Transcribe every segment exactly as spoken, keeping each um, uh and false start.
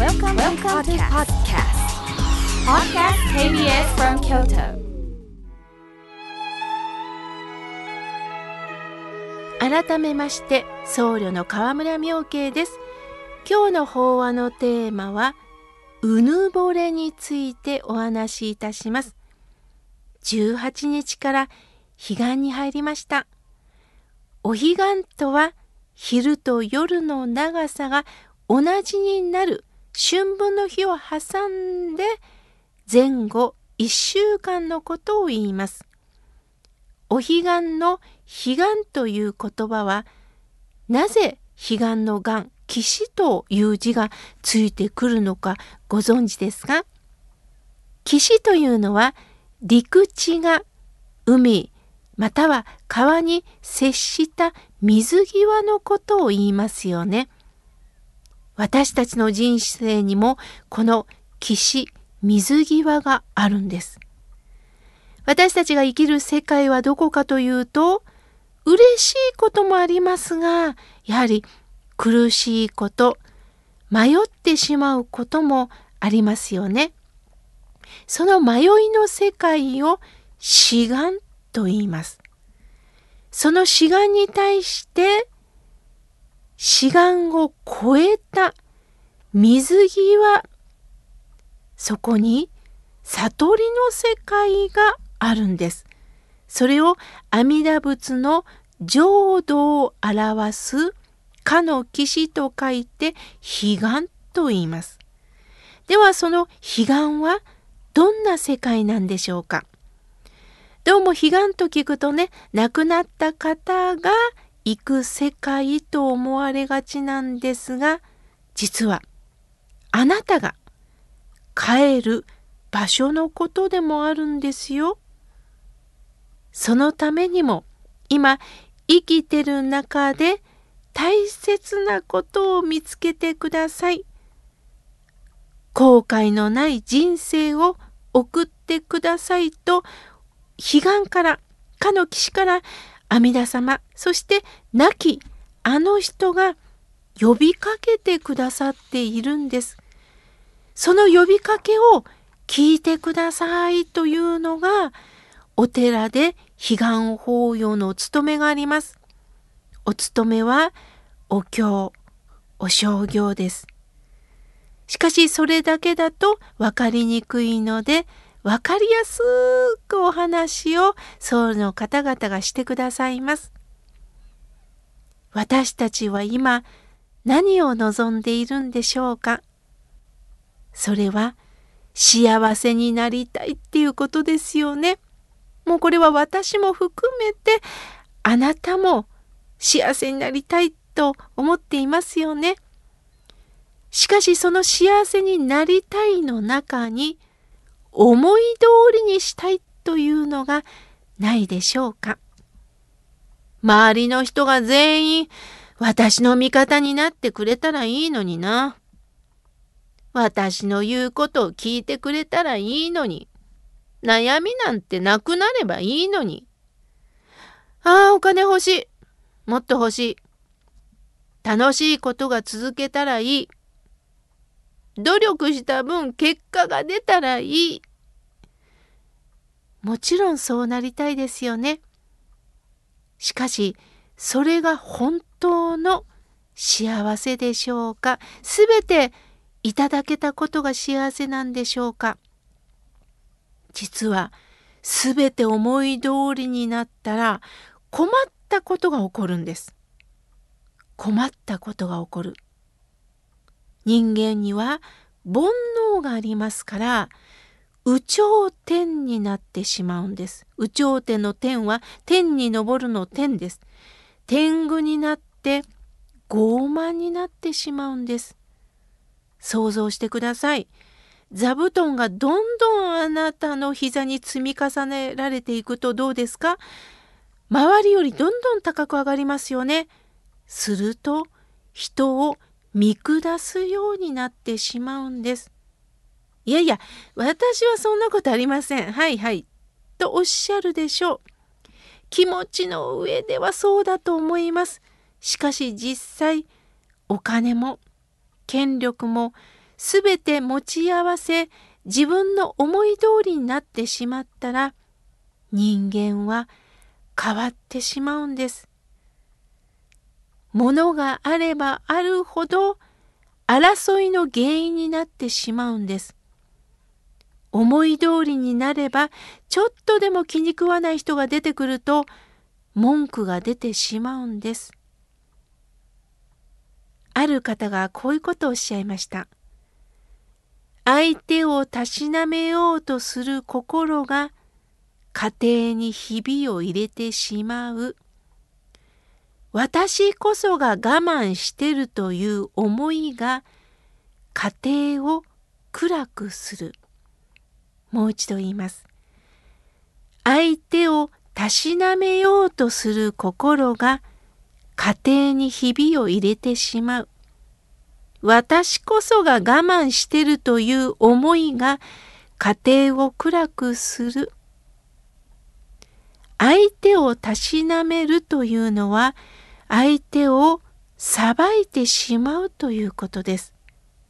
Welcome, Welcome to podcast. Podcast ケービーエス from Kyoto. 改めまして僧侶の河村妙慶です。今日の法話のテーマはうぬぼれについてお話しいたします。じゅうはちにちから彼岸に入りました。お彼岸とは昼と夜の長さが同じになる春分の日を挟んで前後いっしゅうかんのことを言います。お彼岸の彼岸という言葉はなぜ彼岸の岸、岸という字がついてくるのかご存知ですか？岸というのは陸地が海または川に接した水際のことを言いますよね。私たちの人生にもこの岸、水際があるんです。私たちが生きる世界はどこかというと、嬉しいこともありますが、やはり苦しいこと、迷ってしまうこともありますよね。その迷いの世界を此岸と言います。その此岸に対して此岸を越えた水際、そこに悟りの世界があるんです。それを阿弥陀仏の浄土を表すかの岸と書いて彼岸と言います。ではその彼岸はどんな世界なんでしょうか？どうも彼岸と聞くとね、亡くなった方が行く世界と思われがちなんですが、実はあなたが帰る場所のことでもあるんですよ。そのためにも今生きてる中で大切なことを見つけてください。後悔のない人生を送ってくださいと彼岸からかの岸から阿弥陀様、そして亡きあの人が呼びかけてくださっているんです。その呼びかけを聞いてくださいというのがお寺で彼岸法要のお務めがあります。お務めはお経、お正行です。しかしそれだけだと分かりにくいので、分かりやすくお話を僧侶の方々がしてくださいます。私たちは今何を望んでいるんでしょうか？それは幸せになりたいっていうことですよね。もうこれは私も含めてあなたも幸せになりたいと思っていますよね。しかしその幸せになりたいの中に思い通りにしたいというのがないでしょうか？周りの人が全員私の味方になってくれたらいいのにな。私の言うことを聞いてくれたらいいのに。悩みなんてなくなればいいのに。ああ、お金欲しい。もっと欲しい。楽しいことが続けたらいい。努力した分結果が出たらいい。もちろんそうなりたいですよね。しかしそれが本当の幸せでしょうか？すべていただけたことが幸せなんでしょうか？実はすべて思い通りになったら困ったことが起こるんです。困ったことが起こる。人間には煩悩がありますから有頂天になってしまうんです。有頂天の天は天に昇るの天です。天狗になって傲慢になってしまうんです。想像してください。座布団がどんどんあなたの膝に積み重ねられていくとどうですか？周りよりどんどん高く上がりますよね。すると人を見下すようになってしまうんです。いやいや、私はそんなことありません。はいはい。とおっしゃるでしょう。気持ちの上ではそうだと思います。しかし実際、お金も権力もすべて持ち合わせ、自分の思い通りになってしまったら、人間は変わってしまうんです。物があればあるほど争いの原因になってしまうんです。思い通りになれば、ちょっとでも気に食わない人が出てくると、文句が出てしまうんです。ある方がこういうことをおっしゃいました。相手をたしなめようとする心が家庭にひびを入れてしまう。私こそが我慢してるという思いが家庭を暗くする。もう一度言います。相手をたしなめようとする心が家庭にひびを入れてしまう。私こそが我慢してるという思いが家庭を暗くする。相手をたしなめるというのは相手を裁いてしまうということです。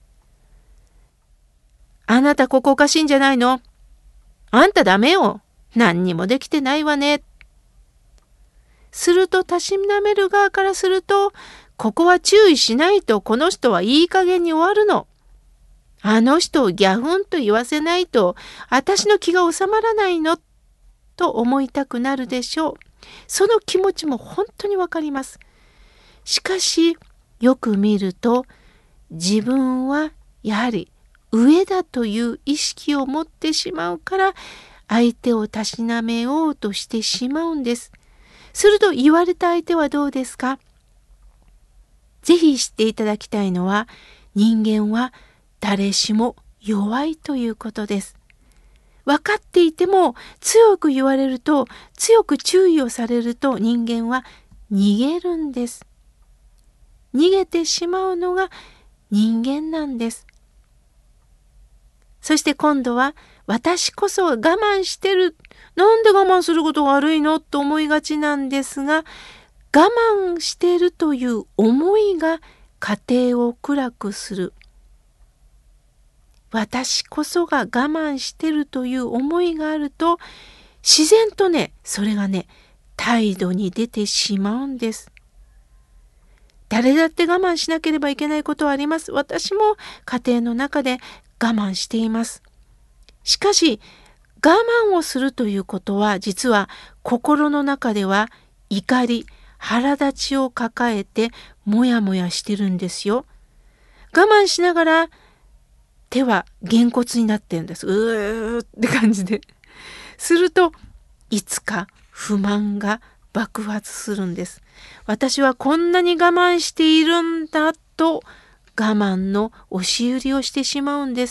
あなたここおかしいんじゃないの？あんたダメよ。何にもできてないわね。するとたしなめる側からすると、ここは注意しないとこの人はいい加減に終わるの。あの人をギャフンと言わせないと私の気が収まらないのと思いたくなるでしょう。その気持ちも本当にわかります。しかしよく見ると自分はやはり上だという意識を持ってしまうから相手をたしなめようとしてしまうんです。すると言われた相手はどうですか？ぜひ知っていただきたいのは、人間は誰しも弱いということです。分かっていても強く言われると、強く注意をされると人間は逃げるんです。逃げてしまうのが人間なんです。そして今度は私こそ我慢してる。なんで我慢することが悪いのと思いがちなんですが、我慢しているという思いが家庭を暗くする。私こそが我慢しているという思いがあると、自然とね、それがね、態度に出てしまうんです。誰だって我慢しなければいけないことはあります。私も家庭の中で我慢しています。しかし、我慢をするということは、実は心の中では怒り、腹立ちを抱えてもやもやしてるんですよ。我慢しながら手はげんこつになってるんです。うーって感じで。するといつか不満が爆発するんです。私はこんなに我慢しているんだと我慢の押し売りをしてしまうんです。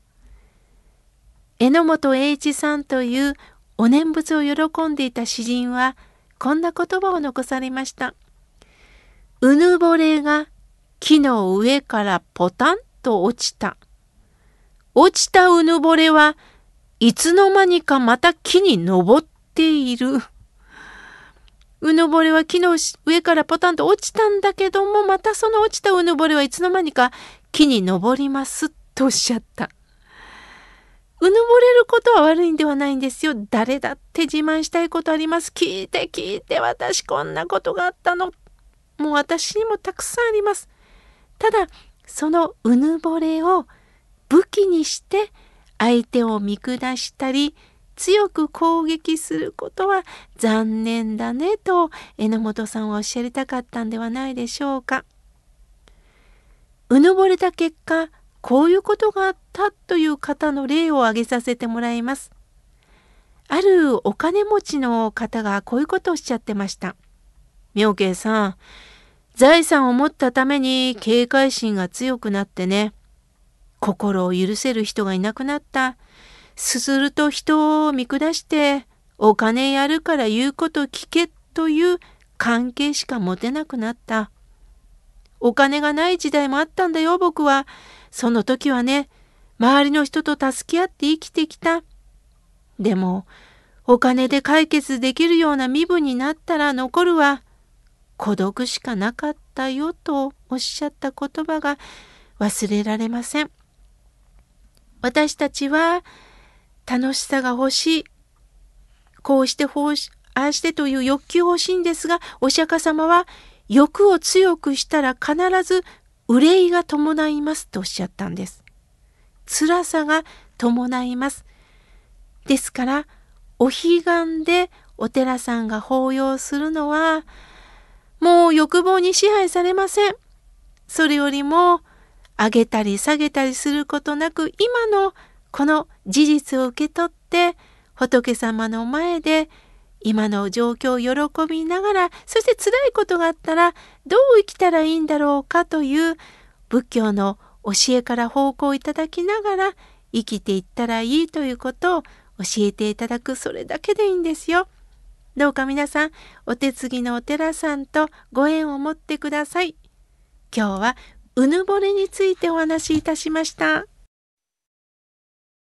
榎本栄一さんというお念仏を喜んでいた詩人はこんな言葉を残されました。うぬぼれが木の上からポタンと落ちた。落ちたうぬぼれはいつの間にかまた木に登っている。うぬぼれは木の上からポタンと落ちたんだけども、またその落ちたうぬぼれはいつの間にか木に登りますとおっしゃった。うぬぼれることは悪いんではないんですよ。誰だって自慢したいことあります。聞いて聞いて、私こんなことがあったの。もう私にもたくさんあります。ただそのうぬぼれを武器にして相手を見下したり強く攻撃することは残念だねと榎本さんはおっしゃりたかったんではないでしょうか。うぬぼれた結果、こういうことがあったという方の例を挙げさせてもらいます。あるお金持ちの方がこういうことをおっしゃってました。妙慶さん、財産を持ったために警戒心が強くなってね、心を許せる人がいなくなった。すると人を見下して、お金やるから言うこと聞けという関係しか持てなくなった。お金がない時代もあったんだよ、僕は。その時はね、周りの人と助け合って生きてきた。でも、お金で解決できるような身分になったら残るは孤独しかなかったよとおっしゃった言葉が忘れられません。 私たちは楽しさが欲しい、こうしてこうしああしてという欲求欲しいんですが、お釈迦様は欲を強くしたら必ず憂いが伴いますとおっしゃったんです。辛さが伴います。ですからお彼岸でお寺さんが法要するのはもう欲望に支配されません。それよりも上げたり下げたりすることなく、今のこの事実を受け取って仏様の前で今の状況を喜びながら、そして辛いことがあったらどう生きたらいいんだろうかという仏教の教えから方向をいただきながら生きていったらいいということを教えていただく、それだけでいいんですよ。どうか皆さんお手継ぎのお寺さんとご縁を持ってください。今日はうぬぼれについてお話しいたしました。